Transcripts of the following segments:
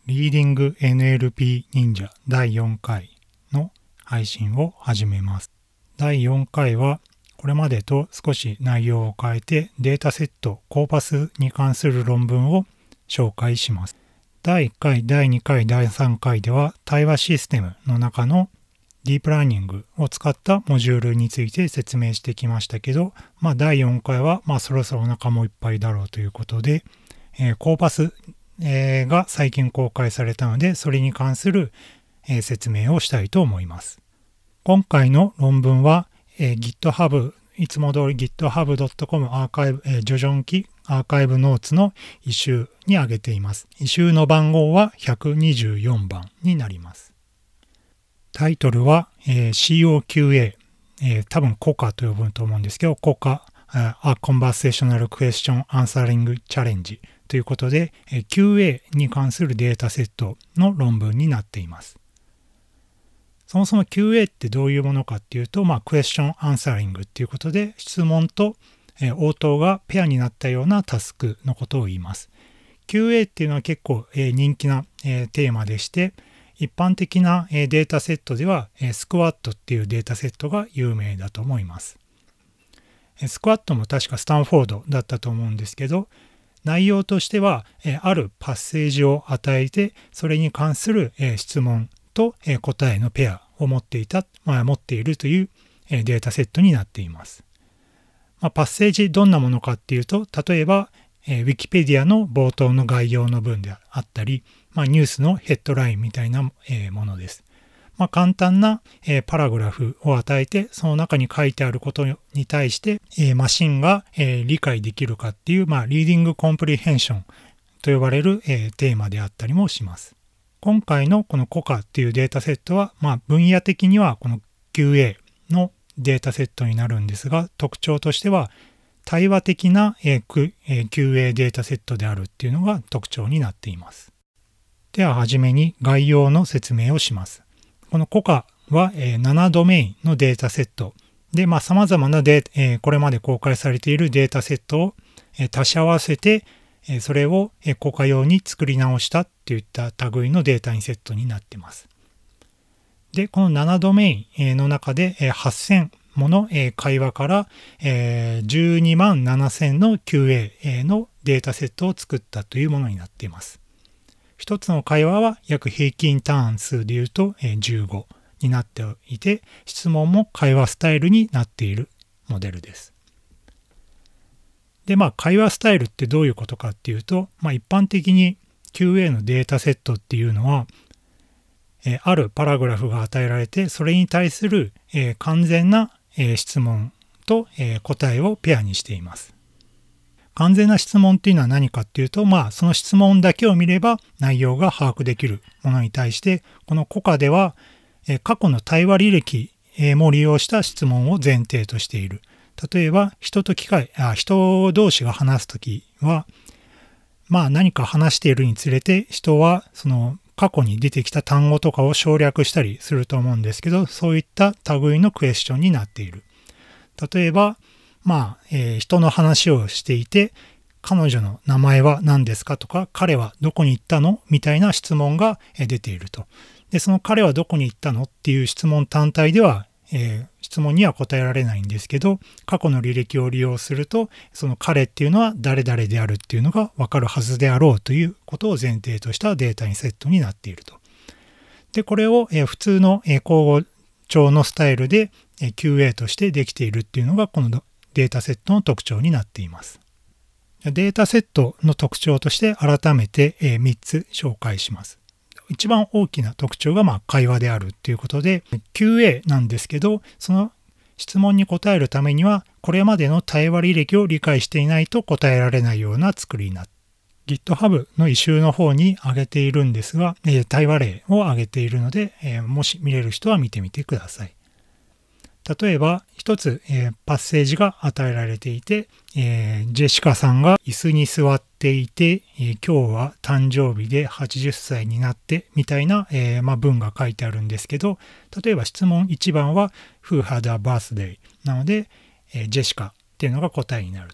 リーディング NLP 忍者第4回の配信を始めます。第4回はこれまでと少し内容を変えてデータセットコーパスに関する論文を紹介します。第1回、第2回、第3回では対話システムの中のディープラーニングを使ったモジュールについて説明してきましたけど、第4回はそろそろお腹もいっぱいだろうということで、コーパス、が最近公開されたので、それに関する、説明をしたいと思います。今回の論文は、GitHub、いつも通り github.com アーカイブ、ジョジョン記アーカイブノーツのイシューに挙げています。イシューの番号は124番になります。タイトルは、COQA、多分コカと呼ぶと思うんですけど、コカ、A Conversational Question Answering Challenge ということで、QA に関するデータセットの論文になっています。そもそも QA ってどういうものかっていうと、クエスチョンアンサリングっていうことで、質問と、応答がペアになったようなタスクのことを言います。QA っていうのは結構、人気な、テーマでして、一般的な、データセットでは、スクワットっていうデータセットが有名だと思います。スクワットも確かスタンフォードだったと思うんですけど、内容としては、あるパッセージを与えて、それに関する、質問と、答えのペアを持っているという、データセットになっています。パッセージどんなものかっていうと、例えば、Wikipedia の冒頭の概要の文であったり、ニュースのヘッドラインみたいな、ものです。簡単な、パラグラフを与えて、その中に書いてあることに対して、マシンが、理解できるかっていう、リーディングコンプリヘンションと呼ばれる、テーマであったりもします。今回のこの COCA っていうデータセットは、分野的にはこの QA のデータセットになるんですが、特徴としては対話的な QA データセットであるっていうのが特徴になっています。でははじめに概要の説明をします。この COCA は7ドメインのデータセットで、様々なこれまで公開されているデータセットを足し合わせて、それを COCA 用に作り直したっていった類のデータセットになっています。で、この7ドメインの中で8000もの会話から12万7000の QA のデータセットを作ったというものになっています。一つの会話は約平均ターン数でいうと15になっていて、質問も会話スタイルになっているモデルです。で、会話スタイルってどういうことかっていうと、一般的に QA のデータセットっていうのは、あるパラグラフが与えられて、それに対する完全な質問と答えをペアにしています。完全な質問っていうのは何かっていうと、その質問だけを見れば内容が把握できるものに対して、この COCA では過去の対話履歴も利用した質問を前提としている。例えば人同士が話すときは、何か話しているにつれて人はその過去に出てきた単語とかを省略したりすると思うんですけど、そういった類のクエスチョンになっている。例えば、人の話をしていて、彼女の名前は何ですかとか、彼はどこに行ったのみたいな質問が出ていると。で、その彼はどこに行ったのっていう質問単体では、質問には答えられないんですけど、過去の履歴を利用すると、その彼っていうのは誰々であるっていうのが分かるはずであろうということを前提としたデータセットになっていると。で、これを普通の口語調のスタイルで QA としてできているっていうのがこのデータセットの特徴になっています。データセットの特徴として改めて3つ紹介します。一番大きな特徴が会話であるということで QA なんですけど、その質問に答えるためにはこれまでの対話履歴を理解していないと答えられないような作りになっている。GitHub のイシューの方に上げているんですが、対話例を上げているので、もし見れる人は見てみてください。例えば一つ、パッセージが与えられていて、ジェシカさんが椅子に座っていて、今日は誕生日で80歳になってみたいな、文が書いてあるんですけど、例えば質問1番は Who had a birthday なので、ジェシカっていうのが答えになると。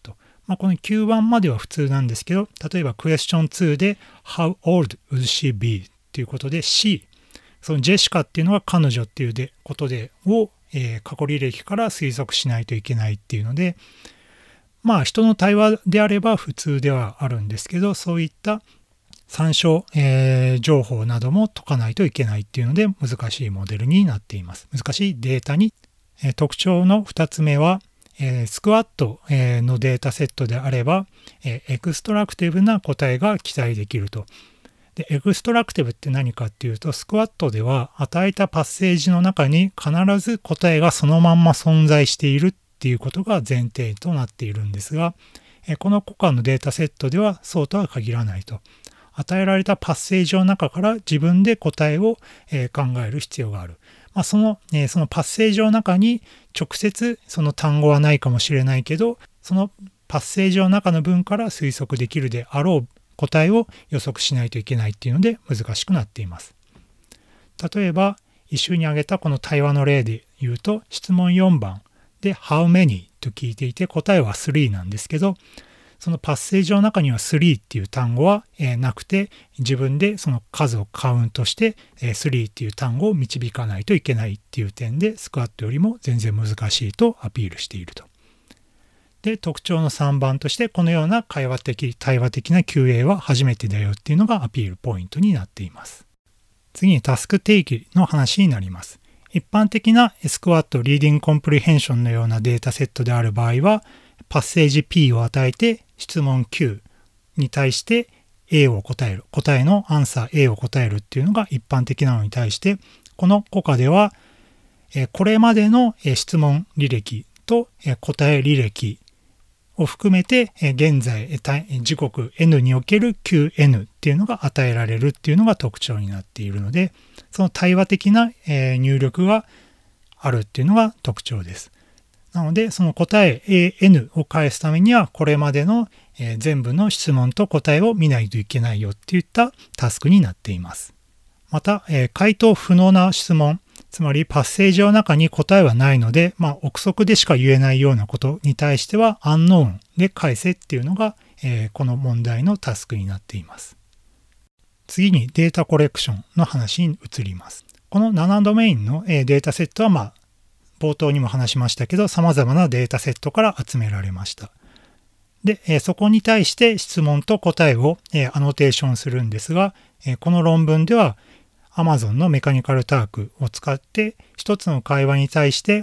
この Q1 までは普通なんですけど、例えば Question2 で How old would she be? っていうことで she、そのジェシカっていうのは彼女っていうことでを、過去履歴から推測しないといけないっていうので、人の対話であれば普通ではあるんですけど、そういった参照、情報なども解かないといけないっていうので難しいモデルになっています。難しいデータに、特徴の2つ目は、スクワットのデータセットであれば、エクストラクティブな答えが期待できると。で、エクストラクティブって何かっていうと、スクワットでは与えたパッセージの中に必ず答えがそのまんま存在しているっていうことが前提となっているんですが、このCOCAのデータセットではそうとは限らないと。与えられたパッセージの中から自分で答えを考える必要がある。そのパッセージの中に直接その単語はないかもしれないけど、そのパッセージの中の文から推測できるであろう答えを予測しないといけないっていうので難しくなっています。例えば一緒に挙げたこの対話の例で言うと、質問4番で How many と聞いていて答えは3なんですけど、そのパッセージの中には3っていう単語はなくて、自分でその数をカウントして3っていう単語を導かないといけないっていう点で、スクワットよりも全然難しいとアピールしていると。で、特徴の3番として、このような対話的な QA は初めてだよっていうのがアピールポイントになっています。次にタスク定義の話になります。一般的なスクワットリーディングコンプリヘンションのようなデータセットである場合は、パッセージ P を与えて質問 Q に対して A を答える。答えのアンサー A を答えるっていうのが一般的なのに対して、このCOCAでは、これまでの質問履歴と答え履歴を含めて、現在時刻 N における QN っていうのが与えられるっていうのが特徴になっているので、その対話的な入力があるっていうのが特徴です。なので、その答え AN を返すためには、これまでの全部の質問と答えを見ないといけないよっていったタスクになっています。また、回答不能な質問、つまりパッセージの中に答えはないので、憶測でしか言えないようなことに対しては、アンノーンで返せっていうのが、この問題のタスクになっています。次にデータコレクションの話に移ります。この7ドメインのデータセットは、冒頭にも話しましたけど、様々なデータセットから集められました。で、そこに対して質問と答えをアノテーションするんですが、この論文では Amazon のメカニカルタークを使って一つの会話に対して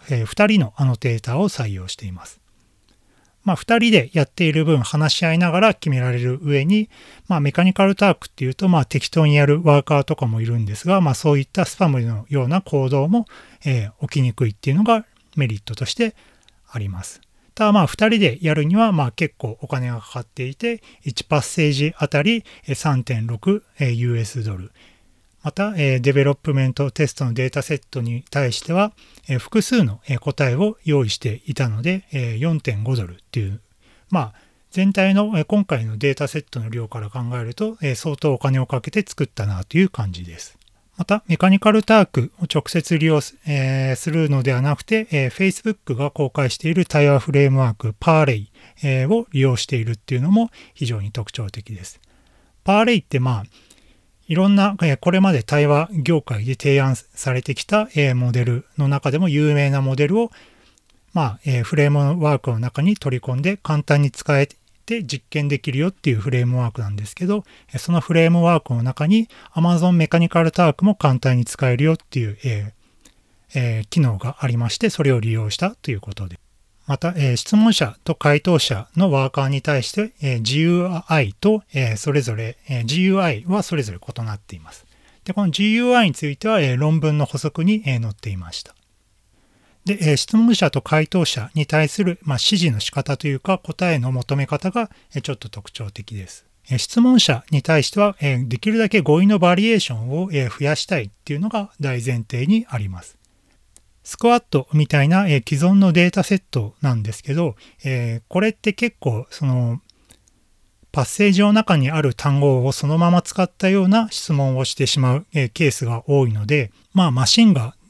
2人のアノテーターを採用しています。2人でやっている分話し合いながら決められる上に、メカニカルタークっていうと適当にやるワーカーとかもいるんですが、そういったスパムのような行動も、起きにくいっていうのがメリットとしてあります。ただ2人でやるには結構お金がかかっていて、1パッセージあたり 3.6 US ドル。また、デベロップメントテストのデータセットに対しては、複数の答えを用意していたので、4.5 ドルっていう、全体の今回のデータセットの量から考えると、相当お金をかけて作ったなという感じです。また、メカニカルタークを直接利用するのではなくて、Facebook が公開している対話フレームワーク、パーレイを利用しているっていうのも非常に特徴的です。パーレイっていろんなこれまで対話業界で提案されてきたモデルの中でも有名なモデルをフレームワークの中に取り込んで簡単に使えて実験できるよっていうフレームワークなんですけど、そのフレームワークの中に Amazon メカニカルタークも簡単に使えるよっていう機能がありまして、それを利用したということで。また、質問者と回答者のワーカーに対して、GUI と、それぞれ、GUI はそれぞれ異なっています。で、この GUI については、論文の補足に、載っていました。で、質問者と回答者に対する、指示の仕方というか答えの求め方が、ちょっと特徴的です。質問者に対しては、できるだけ語彙のバリエーションを、増やしたいっていうのが大前提にあります。スクワットみたいな既存のデータセットなんですけど、これって結構パッセージの中にある単語をそのまま使ったような質問をしてしまうケースが多いので、マシンが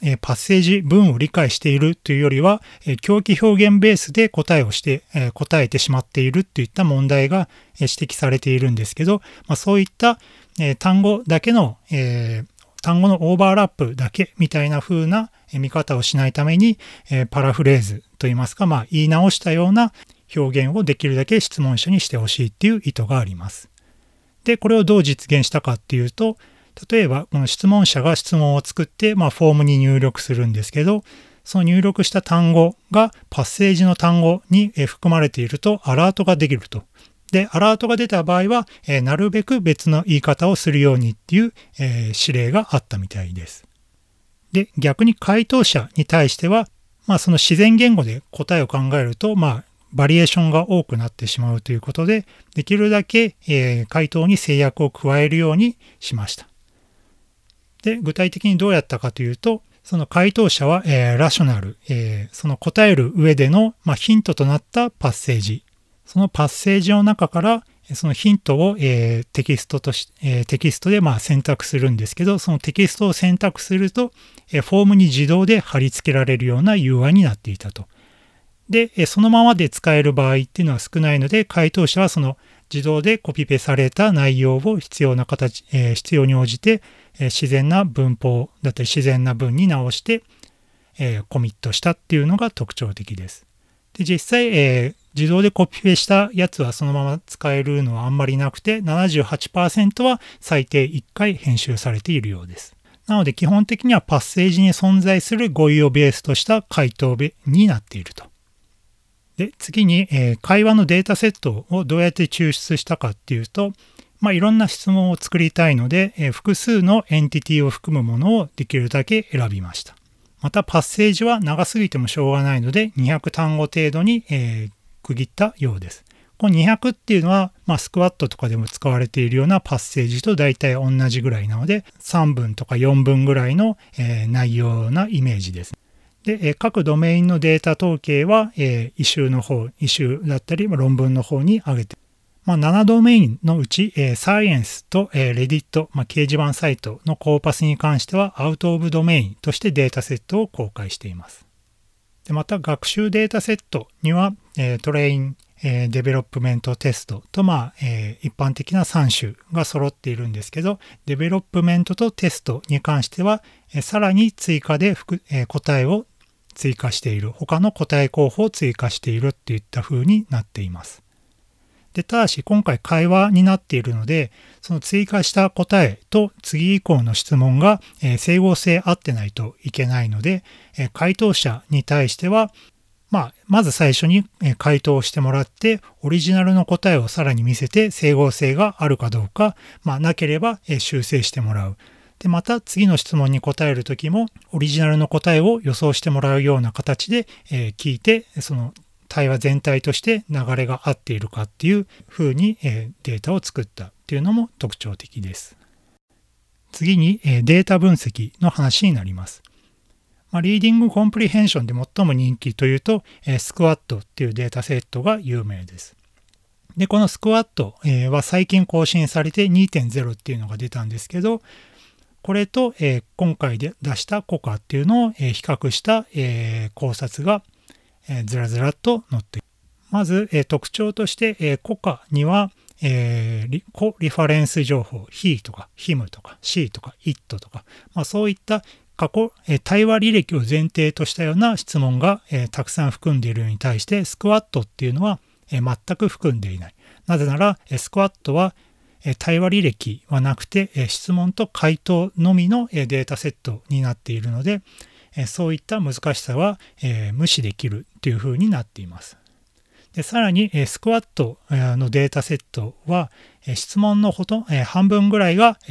パッセージ文を理解しているというよりは、狂気表現ベースで答えてしまっているといった問題が指摘されているんですけど、そういった単語だけの、単語のオーバーラップだけみたいな風な見方をしないために、パラフレーズといいますか、言い直したような表現をできるだけ質問者にしてほしいっていう意図があります。で、これをどう実現したかっていうと、例えばこの質問者が質問を作って、フォームに入力するんですけど、その入力した単語がパッセージの単語に含まれているとアラートができると。で、アラートが出た場合は、なるべく別の言い方をするようにっていう、指令があったみたいです。で、逆に回答者に対しては、その自然言語で答えを考えると、バリエーションが多くなってしまうということで、できるだけ、回答に制約を加えるようにしました。で、具体的にどうやったかというと、その回答者は、ラショナル、その答える上での、ヒントとなったパッセージ、そのパッセージの中からそのヒントを、テキストで選択するんですけど、そのテキストを選択すると、フォームに自動で貼り付けられるような UI になっていたと。で、そのままで使える場合っていうのは少ないので、回答者はその自動でコピペされた内容を必要に応じて、自然な文法だったり自然な文に直して、コミットしたっていうのが特徴的です。で、実際、自動でコピペしたやつはそのまま使えるのはあんまりなくて、78% は最低1回編集されているようです。なので基本的にはパッセージに存在する語彙をベースとした回答になっていると。で、次に、会話のデータセットをどうやって抽出したかっていうと、いろんな質問を作りたいので、複数のエンティティを含むものをできるだけ選びました。またパッセージは長すぎてもしょうがないので200単語程度に、区切ったようです。この200っていうのは、スクワットとかでも使われているようなパッセージと大体同じぐらいなので、3分とか4分ぐらいの、内容なイメージです。で、各ドメインのデータ統計は、イシューだったり論文の方に上げて、7ドメインのうち、サイエンスと、レディット、掲示板サイトのコーパスに関してはアウトオブドメインとしてデータセットを公開しています。で、また学習データセットには、トレイン、デベロップメントテストと、一般的な3種が揃っているんですけど、デベロップメントとテストに関しては、さらに追加で答えを追加している、他の答え候補を追加しているっていった風になっています。で、ただし今回会話になっているので、その追加した答えと次以降の質問が整合性合ってないといけないので、回答者に対しては、まず最初に回答をしてもらって、オリジナルの答えをさらに見せて整合性があるかどうか、なければ修正してもらう。で、また次の質問に答えるときも、オリジナルの答えを予想してもらうような形で聞いて、その対話全体として流れが合っているかっていう風にデータを作ったっていうのも特徴的です。次にデータ分析の話になります。リーディングコンプリヘンションで最も人気というと、スクワットっていうデータセットが有名です。で、このスクワットは最近更新されて 2.0 っていうのが出たんですけど、これと今回で出したコカっていうのを比較した考察がずらずらっと載っている。まず特徴としてコカにはコリファレンス情報 he とか him とか she とか it とか、そういった過去対話履歴を前提としたような質問がたくさん含んでいるのに対してスクワットっていうのは全く含んでいない。なぜならスクワットは対話履歴はなくて質問と回答のみのデータセットになっているので、そういった難しさは無視できるというふうになっています。で、さらにスクワットのデータセットは質問の半分ぐらいが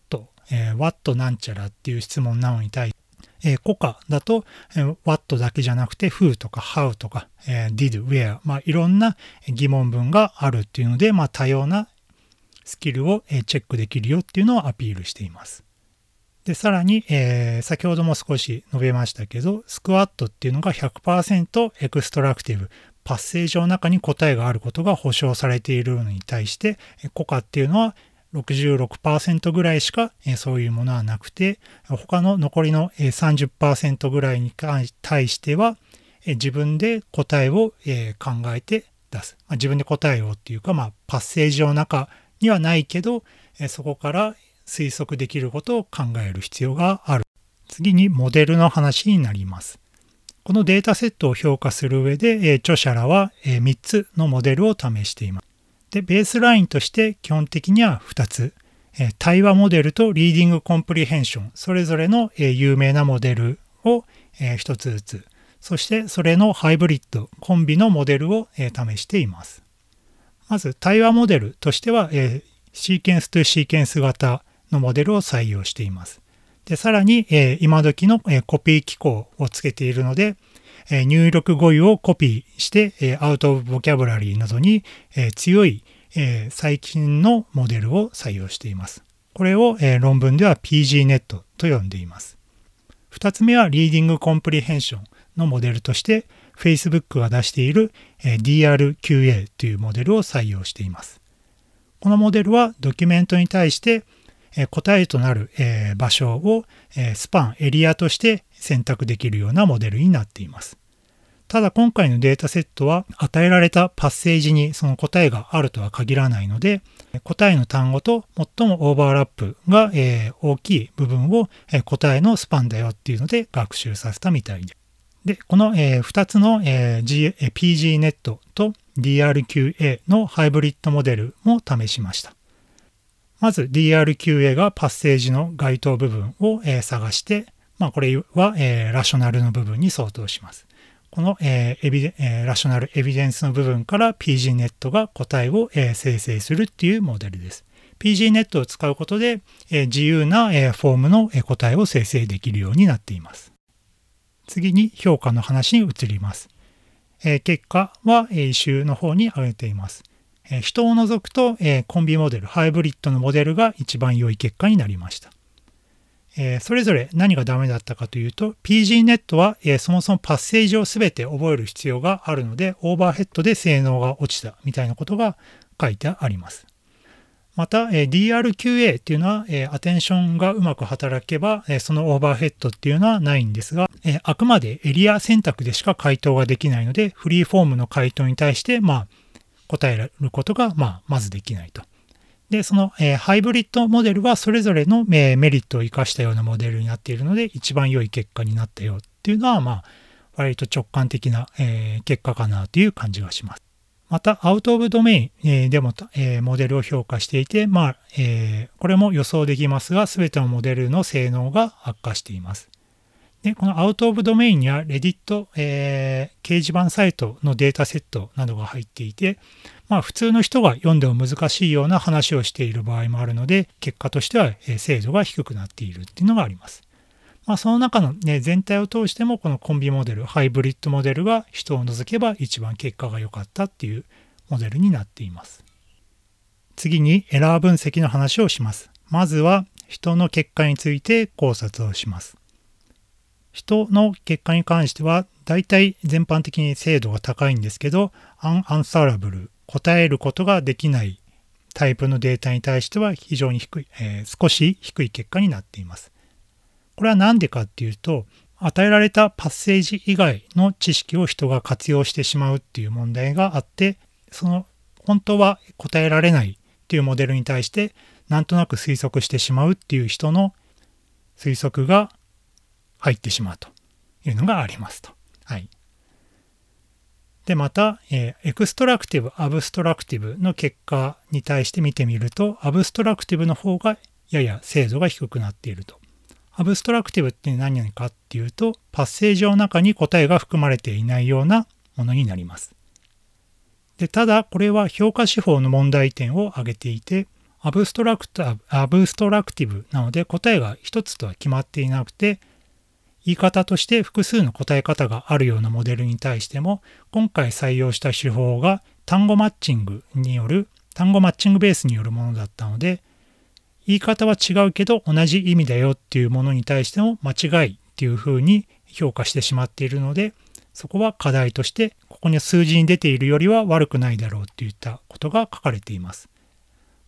What なんちゃらっていう質問なのに対してコカだと What だけじゃなくて Who とか How とか Did, Where、いろんな疑問文があるっていうので、多様なスキルをチェックできるよっていうのをアピールしています。で、さらに、先ほども少し述べましたけど、スクワットっていうのが 100% エクストラクティブ、パッセージの中に答えがあることが保証されているのに対して、コカっていうのは 66% ぐらいしかそういうものはなくて、他の残りの 30% ぐらいに対しては自分で答えを考えて出す。自分で答えをっていうか、パッセージの中にはないけど、そこから推測できることを考える必要がある。次にモデルの話になります。このデータセットを評価する上で、著者らは3つのモデルを試しています。で、ベースラインとして基本的には2つ。対話モデルとリーディングコンプリヘンション、それぞれの有名なモデルを1つずつ。そしてそれのハイブリッド、コンビのモデルを試しています。まず対話モデルとしては、シーケンスとシーケンス型のモデルを採用しています。で、さらに、今時の、コピー機構をつけているので、入力語彙をコピーして、アウトオブボキャブラリーなどに、強い、最近のモデルを採用しています。これを、論文では PGNet と呼んでいます。2つ目はリーディングコンプリヘンションのモデルとして Facebook が出している DRQA というモデルを採用しています。このモデルはドキュメントに対して答えとなる場所をスパン、エリアとして選択できるようなモデルになっています。ただ今回のデータセットは与えられたパッセージにその答えがあるとは限らないので、答えの単語と最もオーバーラップが大きい部分を答えのスパンだよっていうので学習させたみたいで。で、この2つの PGNet と DRQA のハイブリッドモデルも試しました。まず DRQA がパッセージの該当部分を探して、これはラショナルの部分に相当します。このラショナルエビデンスの部分から PGNet が答えを生成するっていうモデルです。PGNet を使うことで自由なフォームの答えを生成できるようになっています。次に評価の話に移ります。結果は一周の方に挙げています。人を除くとコンビモデル、ハイブリッドのモデルが一番良い結果になりました。それぞれ何がダメだったかというと、PGNet はそもそもパッセージを全て覚える必要があるので、オーバーヘッドで性能が落ちたみたいなことが書いてあります。また、DRQA っていうのは、アテンションがうまく働けば、そのオーバーヘッドっていうのはないんですが、あくまでエリア選択でしか回答ができないので、フリーフォームの回答に対して、答えることが、まずできないと。で、その、ハイブリッドモデルはそれぞれの、メリットを生かしたようなモデルになっているので、一番良い結果になったよっていうのは、割と直感的な、結果かなという感じがします。また、アウトオブドメインでもモデルを評価していて、これも予想できますが、すべてのモデルの性能が悪化しています。で、このアウトオブドメインには Reddit、掲示板サイトのデータセットなどが入っていて、普通の人が読んでも難しいような話をしている場合もあるので、結果としては精度が低くなっているっていうのがあります。その中の、全体を通してもこのコンビモデル、ハイブリッドモデルが人を除けば一番結果が良かったっていうモデルになっています。次にエラー分析の話をします。まずは人の結果について考察をします。人の結果に関しては大体全般的に精度が高いんですけど、unanswerable、答えることができないタイプのデータに対しては非常に低い、少し低い結果になっています。これは何でかっていうと、与えられたパッセージ以外の知識を人が活用してしまうっていう問題があって、その本当は答えられないっていうモデルに対してなんとなく推測してしまうっていう人の推測が入ってしまうというのがありますと。はい。で、また、エクストラクティブ、アブストラクティブの結果に対して見てみると、アブストラクティブの方がやや精度が低くなっていると。アブストラクティブって何かっていうと、パッセージの中に答えが含まれていないようなものになります。で、ただ、これは評価手法の問題点を挙げていて、アブストラクティブなので答えが一つとは決まっていなくて、言い方として複数の答え方があるようなモデルに対しても、今回採用した手法が単語マッチングベースによるものだったので、言い方は違うけど同じ意味だよっていうものに対しても間違いっていうふうに評価してしまっているので、そこは課題としてここに数字に出ているよりは悪くないだろうっていったことが書かれています。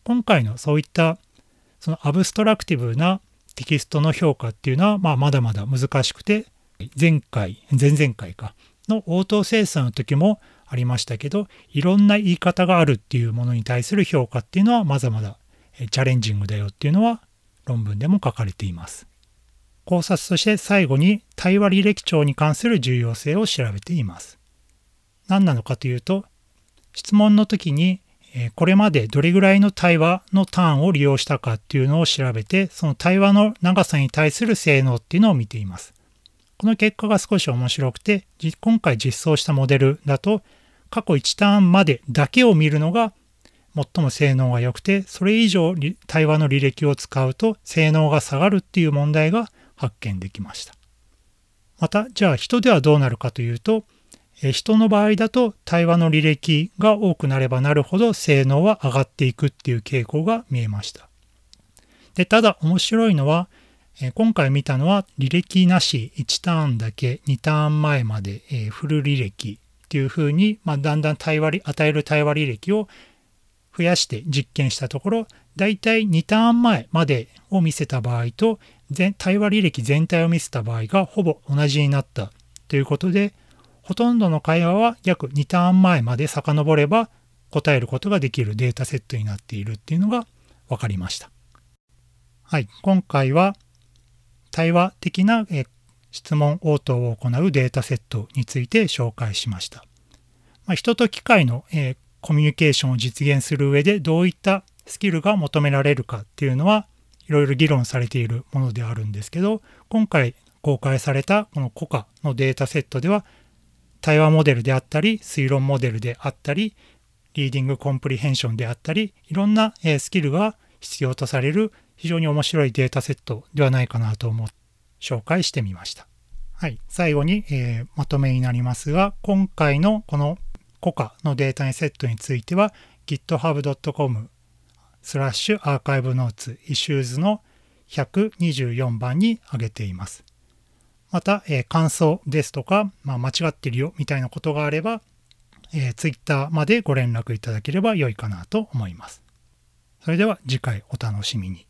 今回のそういったそのアブストラクティブなテキストの評価っていうのは、まだまだ難しくて、前々回かの応答生産の時もありましたけど、いろんな言い方があるっていうものに対する評価っていうのはまだまだチャレンジングだよっていうのは論文でも書かれています。考察として最後に対話履歴帳に関する重要性を調べています。何なのかというと、質問の時にこれまでどれぐらいの対話のターンを利用したかっていうのを調べて、その対話の長さに対する性能っていうのを見ています。この結果が少し面白くて、今回実装したモデルだと過去1ターンまでだけを見るのが最も性能が良くて、それ以上対話の履歴を使うと性能が下がるっていう問題が発見できました。また、じゃあ人ではどうなるかというと、人の場合だと対話の履歴が多くなればなるほど性能は上がっていくっていう傾向が見えました。で、ただ面白いのは、今回見たのは履歴なし1ターンだけ2ターン前までフル履歴っていうふうに、だんだん与える対話履歴を増やして実験したところ、だいたい2ターン前までを見せた場合と対話履歴全体を見せた場合がほぼ同じになったということで、ほとんどの会話は約2ターン前まで遡れば答えることができるデータセットになっているっていうのが分かりました。はい、今回は対話的な質問応答を行うデータセットについて紹介しました。人と機械のコミュニケーションを実現する上でどういったスキルが求められるかっていうのはいろいろ議論されているものであるんですけど、今回公開されたこのCOCAのデータセットでは対話モデルであったり推論モデルであったりリーディングコンプリヘンションであったりいろんなスキルが必要とされる非常に面白いデータセットではないかなと思って紹介してみました。はい、最後に、まとめになりますが、今回のこのCOCAのデータセットについては github.com/archive-notes issues の124番に挙げています。また、感想ですとか、間違ってるよみたいなことがあれば、Twitter までご連絡いただければ良いかなと思います。それでは次回お楽しみに。